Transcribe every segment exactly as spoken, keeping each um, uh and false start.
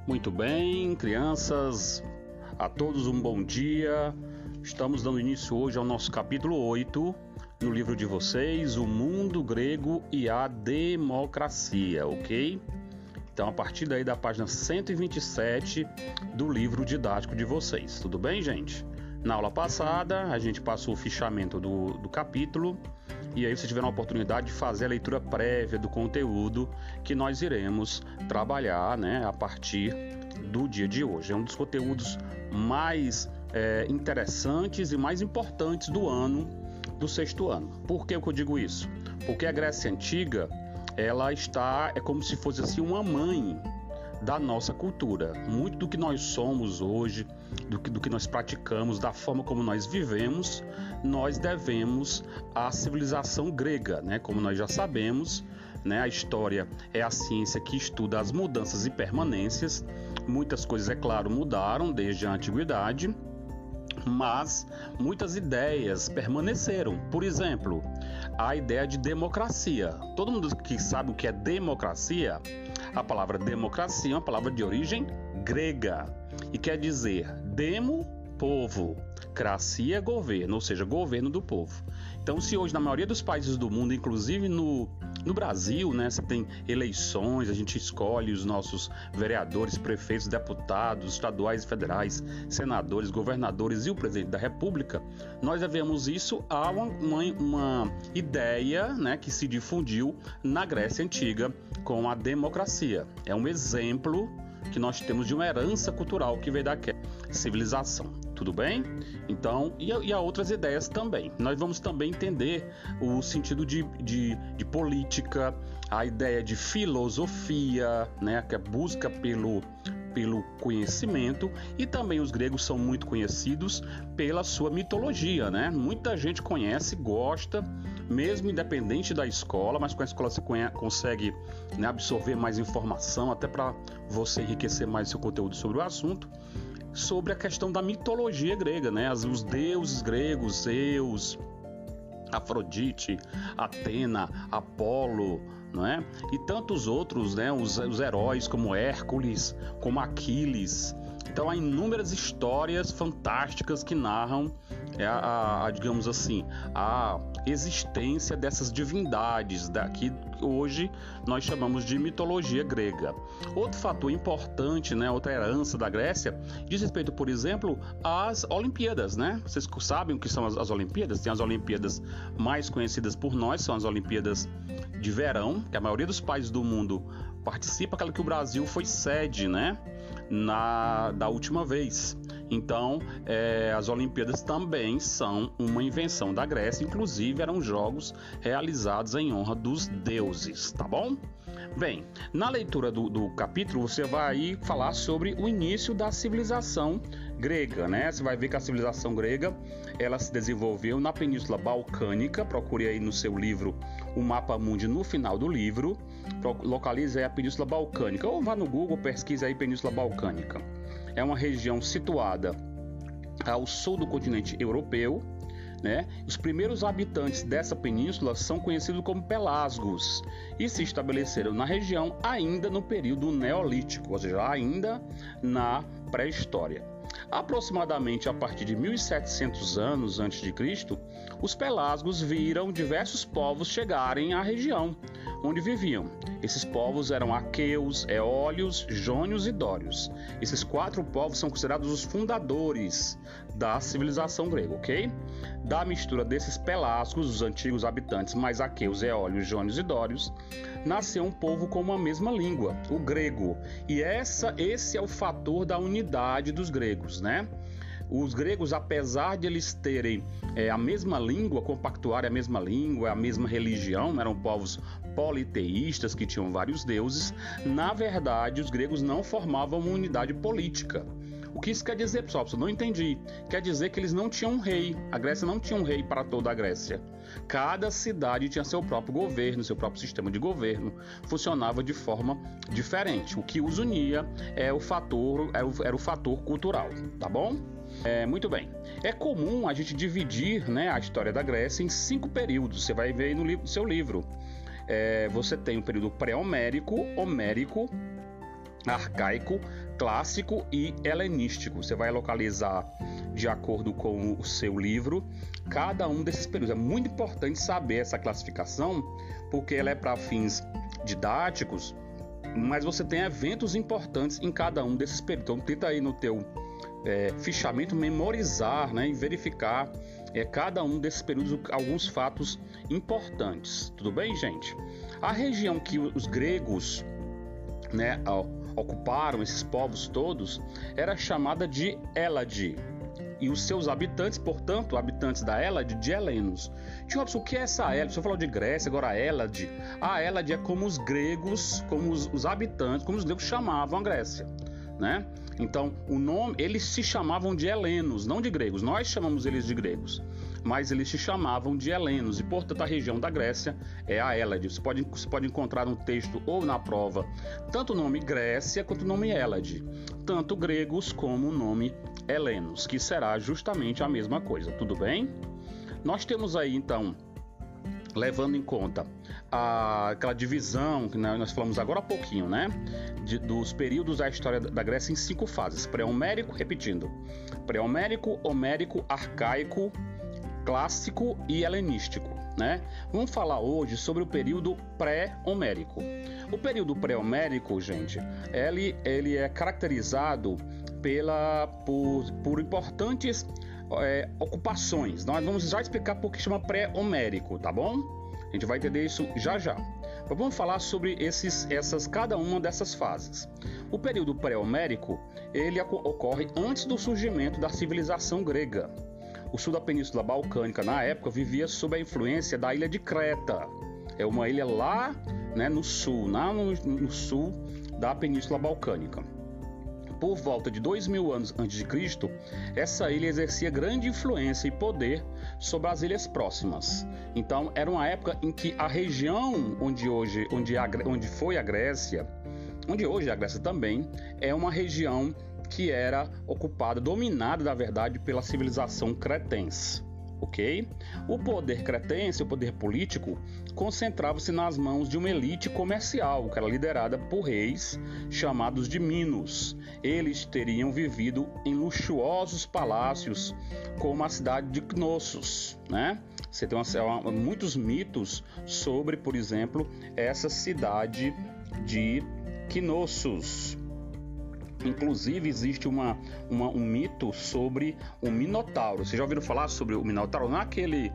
Muito bem, crianças, a todos um bom dia. Estamos dando início hoje ao nosso capítulo oito, no livro de vocês, O Mundo Grego e a Democracia, ok? Então, a partir daí da página cento e vinte e sete do livro didático de vocês, tudo bem, gente? Na aula passada, a gente passou o fichamento do, do capítulo, e aí vocês tiveram a oportunidade de fazer a leitura prévia do conteúdo que nós iremos trabalhar, né, a partir do dia de hoje. É um dos conteúdos mais é, interessantes e mais importantes do ano, do sexto ano. Por que eu digo isso? Porque a Grécia Antiga, ela está, é como se fosse assim uma mãe da nossa cultura. Muito do que nós somos hoje, do que, do que nós praticamos, da forma como nós vivemos, nós devemos à civilização grega, né? Como nós já sabemos, né? A história é a ciência que estuda as mudanças e permanências. Muitas coisas, é claro, mudaram desde a antiguidade, mas muitas ideias permaneceram. Por exemplo, a ideia de democracia. Todo mundo que sabe o que é democracia, a palavra democracia é uma palavra de origem grega e quer dizer demo, povo, cracia, governo, ou seja, governo do povo. Então, se hoje na maioria dos países do mundo, inclusive no, no Brasil, né, você tem eleições, a gente escolhe os nossos vereadores, prefeitos, deputados, estaduais e federais, senadores, governadores e o presidente da República, nós devemos isso a uma, uma, uma ideia, né, que se difundiu na Grécia Antiga com a democracia. É um exemplo que nós temos de uma herança cultural que veio daquela civilização. Tudo bem? Então, e, e há outras ideias também. Nós vamos também entender o sentido de, de, de política, a ideia de filosofia, né, que é a busca pelo, pelo conhecimento, e também os gregos são muito conhecidos pela sua mitologia, né? Muita gente conhece, gosta, mesmo independente da escola, mas com a escola você consegue, né, absorver mais informação, até para você enriquecer mais seu conteúdo sobre o assunto, sobre a questão da mitologia grega, né? Os deuses gregos, Zeus, Afrodite, Atena, Apolo, não é? E tantos outros, né? Os, os heróis como Hércules, como Aquiles. Então há inúmeras histórias fantásticas que narram, é, a, a, digamos assim, a existência dessas divindades daqui hoje nós chamamos de mitologia grega. Outro fator importante, né, outra herança da Grécia, diz respeito, por exemplo, às Olimpíadas, né? Vocês sabem o que são as, as Olimpíadas? Tem as Olimpíadas mais conhecidas por nós, são as Olimpíadas de verão, que a maioria dos países do mundo participa, aquela que o Brasil foi sede, né, na, da última vez. Então, é, as Olimpíadas também são uma invenção da Grécia, inclusive eram jogos realizados em honra dos deuses, tá bom? Bem, na leitura do, do capítulo, você vai aí falar sobre o início da civilização grega, né? Você vai ver que a civilização grega, ela se desenvolveu na Península Balcânica. Procure aí no seu livro o Mapa Mundi no final do livro, localize aí a Península Balcânica, ou vá no Google, pesquise aí Península Balcânica. É uma região situada ao sul do continente europeu, né? Os primeiros habitantes dessa península são conhecidos como pelasgos e se estabeleceram na região ainda no período neolítico, ou seja, ainda na pré-história. Aproximadamente a partir de mil e setecentos anos antes de Cristo, os pelasgos viram diversos povos chegarem à região onde viviam. Esses povos eram aqueus, eólios, jônios e dórios. Esses quatro povos são considerados os fundadores da civilização grega, ok? Da mistura desses pelasgos, os antigos habitantes mais aqueus, eólios, jônios e dórios, nasceu um povo com uma mesma língua, o grego. E essa, esse é o fator da unidade dos gregos, né? Os gregos, apesar de eles terem é, a mesma língua, compactuarem a mesma língua, a mesma religião, eram povos politeístas que tinham vários deuses, na verdade os gregos não formavam uma unidade política. O que isso quer dizer, pessoal? Eu não entendi. Quer dizer que eles não tinham um rei. A Grécia não tinha um rei para toda a Grécia. Cada cidade tinha seu próprio governo, seu próprio sistema de governo. Funcionava de forma diferente. O que os unia é o fator, era, o, era o fator cultural, tá bom? É, muito bem. É comum a gente dividir, né, a história da Grécia em cinco períodos. Você vai ver aí no, livro, no seu livro. É, você tem o período pré-homérico, homérico, arcaico, clássico e helenístico. Você vai localizar de acordo com o seu livro cada um desses períodos. É muito importante saber essa classificação, porque ela é para fins didáticos, mas você tem eventos importantes em cada um desses períodos. Então tenta aí no teu é, fichamento memorizar, né, e verificar é, cada um desses períodos alguns fatos importantes. Tudo bem, gente? A região que os gregos, né, ocuparam, esses povos todos, era chamada de Hélade. E os seus habitantes, portanto, habitantes da Hélade, de helenos. Tio Robson, o que é essa Hélade? Você falou de Grécia, agora a Hélade. A Hélade é como os gregos, como os, os habitantes, como os gregos chamavam a Grécia, né? Então, o nome, eles se chamavam de helenos, não de gregos. Nós chamamos eles de gregos, mas eles se chamavam de helenos. E, portanto, a região da Grécia é a Hélade. Você pode, você pode encontrar no texto ou na prova tanto o nome Grécia quanto o nome Hélade. Tanto gregos como o nome helenos, que será justamente a mesma coisa. Tudo bem? Nós temos aí, então, levando em conta a, aquela divisão que nós falamos agora há pouquinho, né? De, dos períodos da história da Grécia em cinco fases. Pré-homérico, repetindo. Pré-homérico, homérico, arcaico, clássico e helenístico, né? Vamos falar hoje sobre o período pré-homérico. O período pré-homérico, gente, ele, ele é caracterizado pela, por, por importantes é, ocupações. Nós vamos já explicar por que chama pré-homérico, tá bom? A gente vai entender isso já já. Mas vamos falar sobre esses, essas, cada uma dessas fases. O período pré-homérico, ele ocorre antes do surgimento da civilização grega. O sul da Península Balcânica, na época, vivia sob a influência da ilha de Creta. É uma ilha lá, né, no sul, lá no, no sul da Península Balcânica. Por volta de dois mil anos antes de Cristo, essa ilha exercia grande influência e poder sobre as ilhas próximas. Então, era uma época em que a região onde, hoje, onde, a, onde foi a Grécia, onde hoje a Grécia também, é uma região que era ocupada, dominada, na verdade, pela civilização cretense. Ok? O poder cretense, o poder político, concentrava-se nas mãos de uma elite comercial, que era liderada por reis chamados de Minos. Eles teriam vivido em luxuosos palácios, como a cidade de Knossos, né? Você tem uma, muitos mitos sobre, por exemplo, essa cidade de Knossos. Inclusive, existe uma, uma, um mito sobre o Minotauro. Vocês já ouviram falar sobre o Minotauro? Não é aquele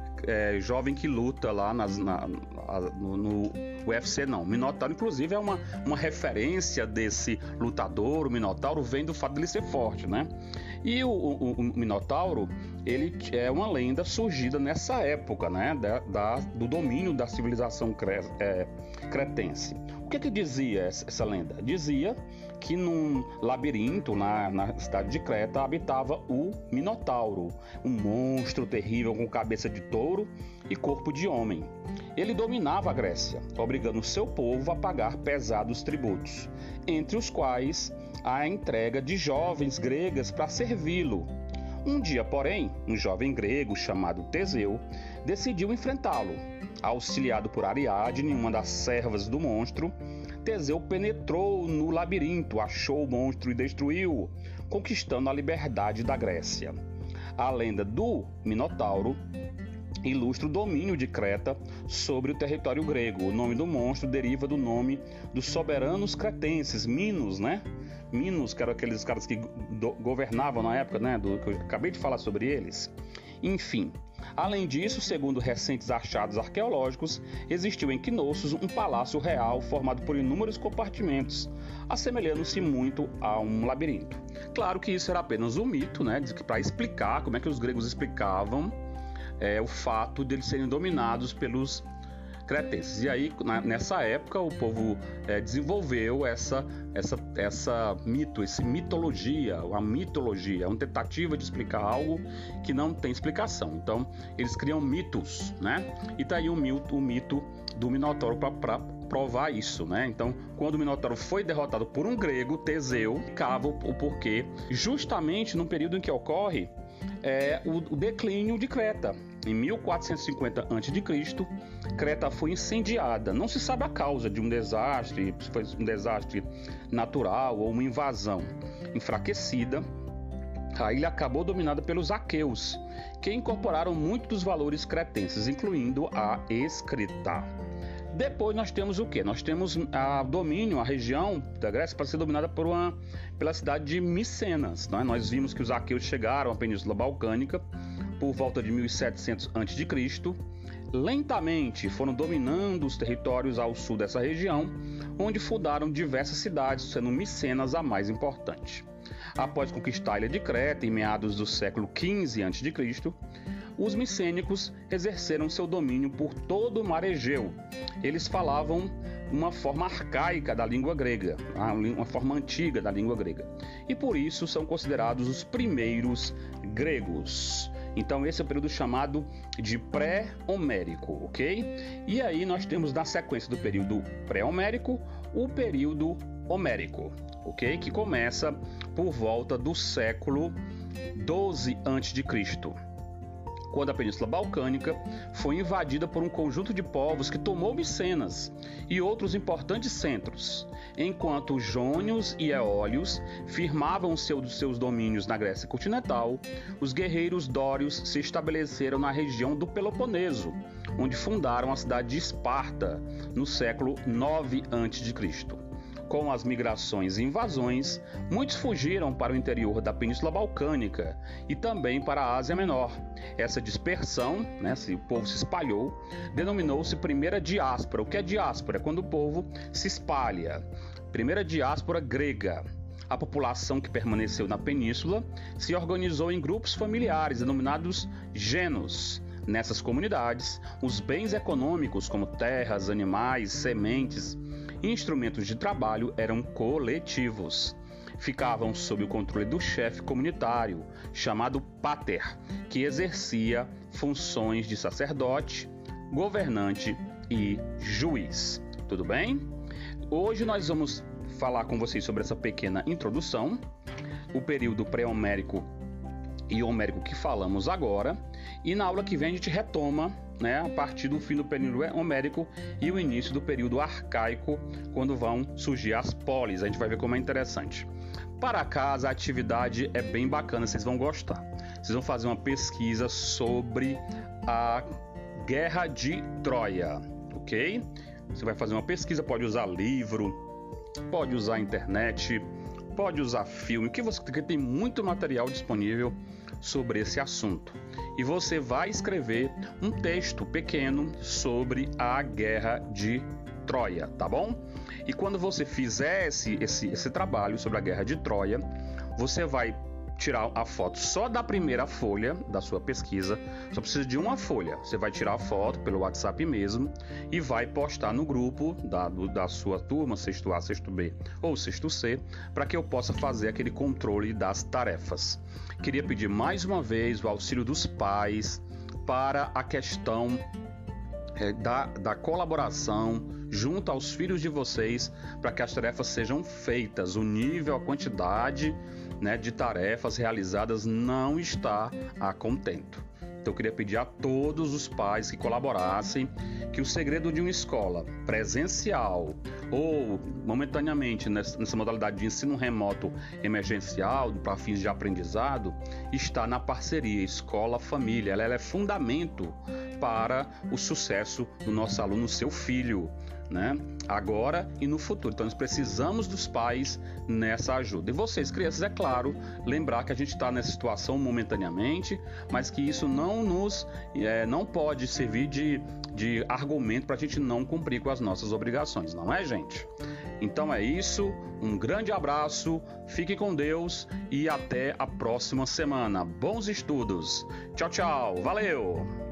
é, jovem que luta lá nas, na, no, no U F C, não. O Minotauro, inclusive, é uma, uma referência desse lutador. O Minotauro vem do fato dele ser forte, né? E o, o, o Minotauro, ele é uma lenda surgida nessa época, né? Da, da, do domínio da civilização cre, é, cretense. O que que dizia essa lenda? Dizia que num labirinto na, na cidade de Creta habitava o Minotauro, um monstro terrível com cabeça de touro e corpo de homem. Ele dominava a Grécia, obrigando seu povo a pagar pesados tributos, entre os quais a entrega de jovens gregas para servi-lo. Um dia, porém, um jovem grego chamado Teseu decidiu enfrentá-lo. Auxiliado por Ariadne, uma das servas do monstro, Teseu penetrou no labirinto, achou o monstro e destruiu-o, conquistando a liberdade da Grécia. A lenda do Minotauro ilustra o domínio de Creta sobre o território grego. O nome do monstro deriva do nome dos soberanos cretenses, Minos, né? Minos, que eram aqueles caras que governavam na época, né? Do, que eu acabei de falar sobre eles. Enfim, além disso, segundo recentes achados arqueológicos, existiu em Knossos um palácio real formado por inúmeros compartimentos, assemelhando-se muito a um labirinto. Claro que isso era apenas um mito, né? Para explicar como é que os gregos explicavam é, o fato de eles serem dominados pelos cretenses. E aí, na, nessa época, o povo é, desenvolveu essa, essa, essa mito, essa mitologia, uma mitologia, uma tentativa de explicar algo que não tem explicação. Então, eles criam mitos, né? E tá aí o mito, o mito do Minotauro para provar isso, né? Então, quando o Minotauro foi derrotado por um grego, Teseu, cava o porquê, justamente no período em que ocorre é, o, o declínio de Creta. em mil quatrocentos e cinquenta antes de Cristo, Creta foi incendiada. Não se sabe a causa de um desastre, se foi um desastre natural ou uma invasão. Enfraquecida, a ilha acabou dominada pelos aqueus, que incorporaram muito dos valores cretenses, incluindo a escrita. Depois nós temos o quê? Nós temos o domínio, a região da Grécia para ser dominada por uma, pela cidade de Micenas. Não é? Nós vimos que os aqueus chegaram à Península Balcânica por volta de mil e setecentos antes de Cristo. Lentamente foram dominando os territórios ao sul dessa região, onde fundaram diversas cidades, sendo Micenas a mais importante. Após conquistar a ilha de Creta em meados do século quinze antes de Cristo, os micênicos exerceram seu domínio por todo o mar Egeu. Eles falavam uma forma arcaica da língua grega, uma forma antiga da língua grega, e por isso são considerados os primeiros gregos. Então esse é o período chamado de pré-homérico, ok? E aí nós temos na sequência do período pré-homérico o período homérico, ok? Que começa por volta do século doze antes de Cristo, quando a Península Balcânica foi invadida por um conjunto de povos que tomou Micenas e outros importantes centros, enquanto os jônios e eólios firmavam seu, seus domínios na Grécia continental. Os guerreiros dórios se estabeleceram na região do Peloponeso, onde fundaram a cidade de Esparta no século nove antes de Cristo. Com as migrações e invasões, muitos fugiram para o interior da Península Balcânica e também para a Ásia Menor. Essa dispersão, né, se o povo se espalhou, denominou-se Primeira Diáspora. O que é diáspora? É quando o povo se espalha. Primeira Diáspora grega. A população que permaneceu na península se organizou em grupos familiares, denominados genos. Nessas comunidades, os bens econômicos, como terras, animais, sementes e instrumentos de trabalho, eram coletivos. Ficavam sob o controle do chefe comunitário, chamado pater, que exercia funções de sacerdote, governante e juiz. Tudo bem? Hoje nós vamos falar com vocês sobre essa pequena introdução, o período pré-homérico e homérico que falamos agora, e na aula que vem a gente retoma, né, a partir do fim do período homérico e o início do período arcaico, quando vão surgir as polis. A gente vai ver como é interessante. Para casa, a atividade é bem bacana, vocês vão gostar. Vocês vão fazer uma pesquisa sobre a Guerra de Troia, ok? Você vai fazer uma pesquisa, pode usar livro, pode usar internet, pode usar filme, que você que tem muito material disponível sobre esse assunto. E você vai escrever um texto pequeno sobre a Guerra de Troia, tá bom? E quando você fizer esse, esse, esse trabalho sobre a Guerra de Troia, você vai tirar a foto só da primeira folha da sua pesquisa. Só precisa de uma folha. Você vai tirar a foto pelo WhatsApp mesmo e vai postar no grupo da, do, da sua turma, sexto A, sexto B ou sexto C, para que eu possa fazer aquele controle das tarefas. Queria pedir mais uma vez o auxílio dos pais para a questão é, da, da colaboração junto aos filhos de vocês, para que as tarefas sejam feitas. O nível, a quantidade, né, de tarefas realizadas não está a contento. Então eu queria pedir a todos os pais que colaborassem, que o segredo de uma escola presencial ou momentaneamente nessa modalidade de ensino remoto emergencial para fins de aprendizado está na parceria escola-família. Ela, ela é fundamento para o sucesso do nosso aluno, seu filho, né? Agora e no futuro. Então nós precisamos dos pais nessa ajuda. E vocês, crianças, é claro, lembrar que a gente está nessa situação momentaneamente, mas que isso não nos é, não pode servir de, de argumento para a gente não cumprir com as nossas obrigações, não é, gente? Então é isso, um grande abraço, fique com Deus e até a próxima semana. Bons estudos. Tchau, tchau. Valeu!